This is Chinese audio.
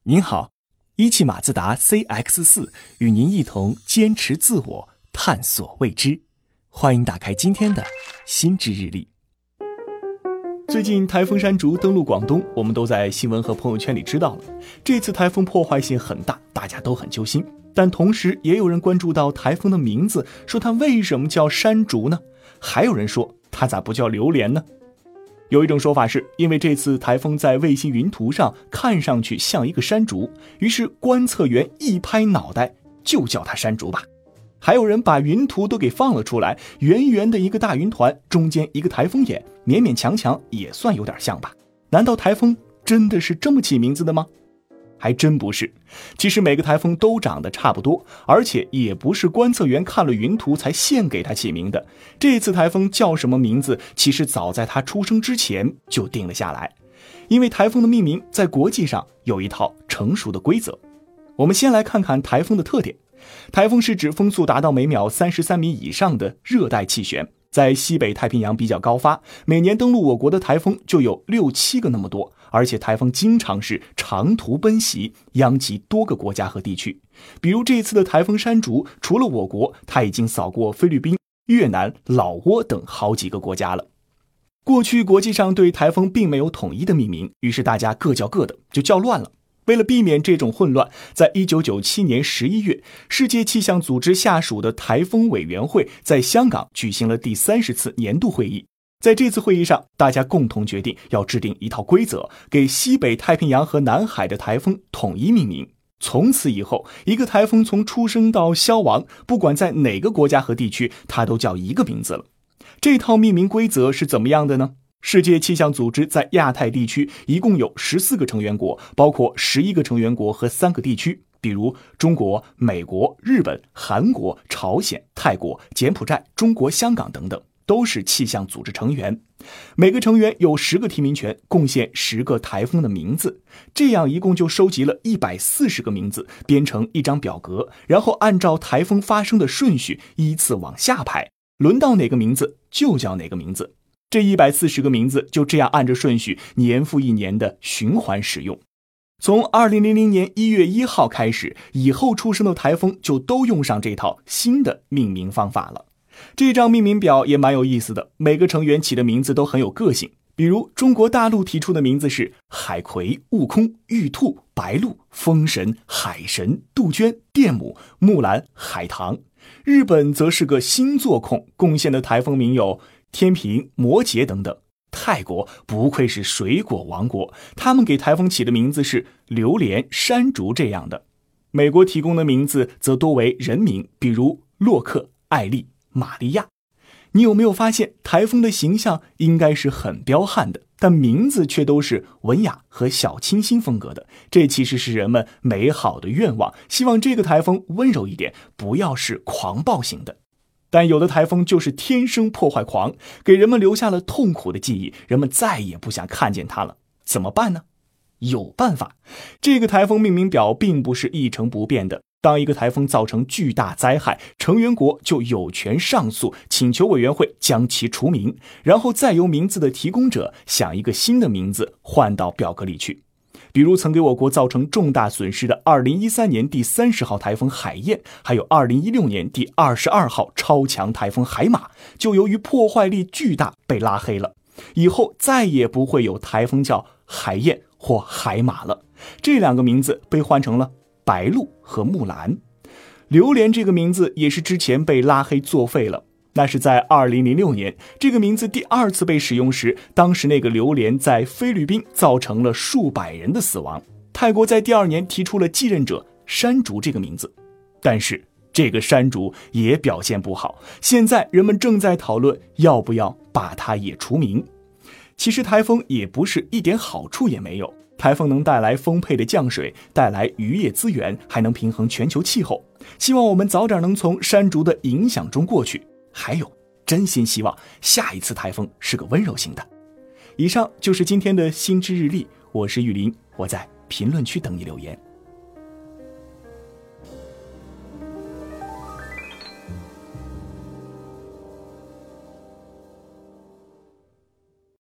您好，一汽马自达 CX-4 与您一同坚持自我，探索未知。欢迎打开今天的心知日历。最近台风山竹登陆广东，我们都在新闻和朋友圈里知道了。这次台风破坏性很大，大家都很揪心。但同时也有人关注到台风的名字，说它为什么叫山竹呢？还有人说它咋不叫榴莲呢？有一种说法是因为这次台风在卫星云图上看上去像一个山竹，于是观测员一拍脑袋，就叫它山竹吧。还有人把云图都给放了出来，圆圆的一个大云团，中间一个台风眼，勉勉强强也算有点像吧。难道台风真的是这么起名字的吗？还真不是，其实每个台风都长得差不多，而且也不是观测员看了云图才现给它起名的。这次台风叫什么名字，其实早在它出生之前就定了下来。因为台风的命名在国际上有一套成熟的规则。我们先来看看台风的特点。台风是指风速达到每秒33米以上的热带气旋，在西北太平洋比较高发，每年登陆我国的台风就有6-7个那么多，而且台风经常是长途奔袭，殃及多个国家和地区。比如这次的台风山竹，除了我国，它已经扫过菲律宾、越南、老挝等好几个国家了。过去国际上对台风并没有统一的命名，于是大家各叫各的，就叫乱了。为了避免这种混乱，在1997年11月，世界气象组织下属的台风委员会在香港举行了第30次年度会议。在这次会议上，大家共同决定要制定一套规则，给西北太平洋和南海的台风统一命名。从此以后，一个台风从出生到消亡，不管在哪个国家和地区，它都叫一个名字了。这套命名规则是怎么样的呢？世界气象组织在亚太地区一共有14个成员国，包括11个成员国和3个地区，比如中国、美国、日本、韩国、朝鲜、泰国、柬埔寨、中国香港等等，都是气象组织成员。每个成员有10个提名权，贡献10个台风的名字，这样一共就收集了140个名字，编成一张表格，然后按照台风发生的顺序依次往下排，轮到哪个名字就叫哪个名字。这140个名字就这样按着顺序年复一年的循环使用。从2000年1月1号开始，以后出生的台风就都用上这套新的命名方法了。这张命名表也蛮有意思的，每个成员起的名字都很有个性。比如中国大陆提出的名字是海葵、悟空、玉兔、白鹿、风神、海神、杜鹃、电母、木兰、海棠。日本则是个星座控，贡献的台风名有天平、摩羯等等。泰国不愧是水果王国，他们给台风起的名字是榴莲、山竹这样的。美国提供的名字则多为人名，比如洛克、艾丽、玛利亚。你有没有发现台风的形象应该是很彪悍的，但名字却都是文雅和小清新风格的？这其实是人们美好的愿望，希望这个台风温柔一点，不要是狂暴型的。但有的台风就是天生破坏狂，给人们留下了痛苦的记忆，人们再也不想看见它了。怎么办呢？有办法。这个台风命名表并不是一成不变的。当一个台风造成巨大灾害，成员国就有权上诉，请求委员会将其除名，然后再由名字的提供者想一个新的名字换到表格里去。比如曾给我国造成重大损失的2013年第30号台风海燕，还有2016年第22号超强台风海马，就由于破坏力巨大被拉黑了。以后再也不会有台风叫海燕或海马了，这2个名字被换成了白鹿和木兰。榴莲这个名字也是之前被拉黑作废了，那是在2006年，这个名字第2次被使用时，当时那个榴莲在菲律宾造成了数百人的死亡。泰国在第2年提出了继任者山竹这个名字，但是这个山竹也表现不好，现在人们正在讨论要不要把它也除名。其实台风也不是一点好处也没有，台风能带来丰沛的降水，带来渔业资源，还能平衡全球气候。希望我们早点能从山竹的影响中过去。还有，真心希望下一次台风是个温柔型的。以上就是今天的心知日历，我是玉林，我在评论区等你留言。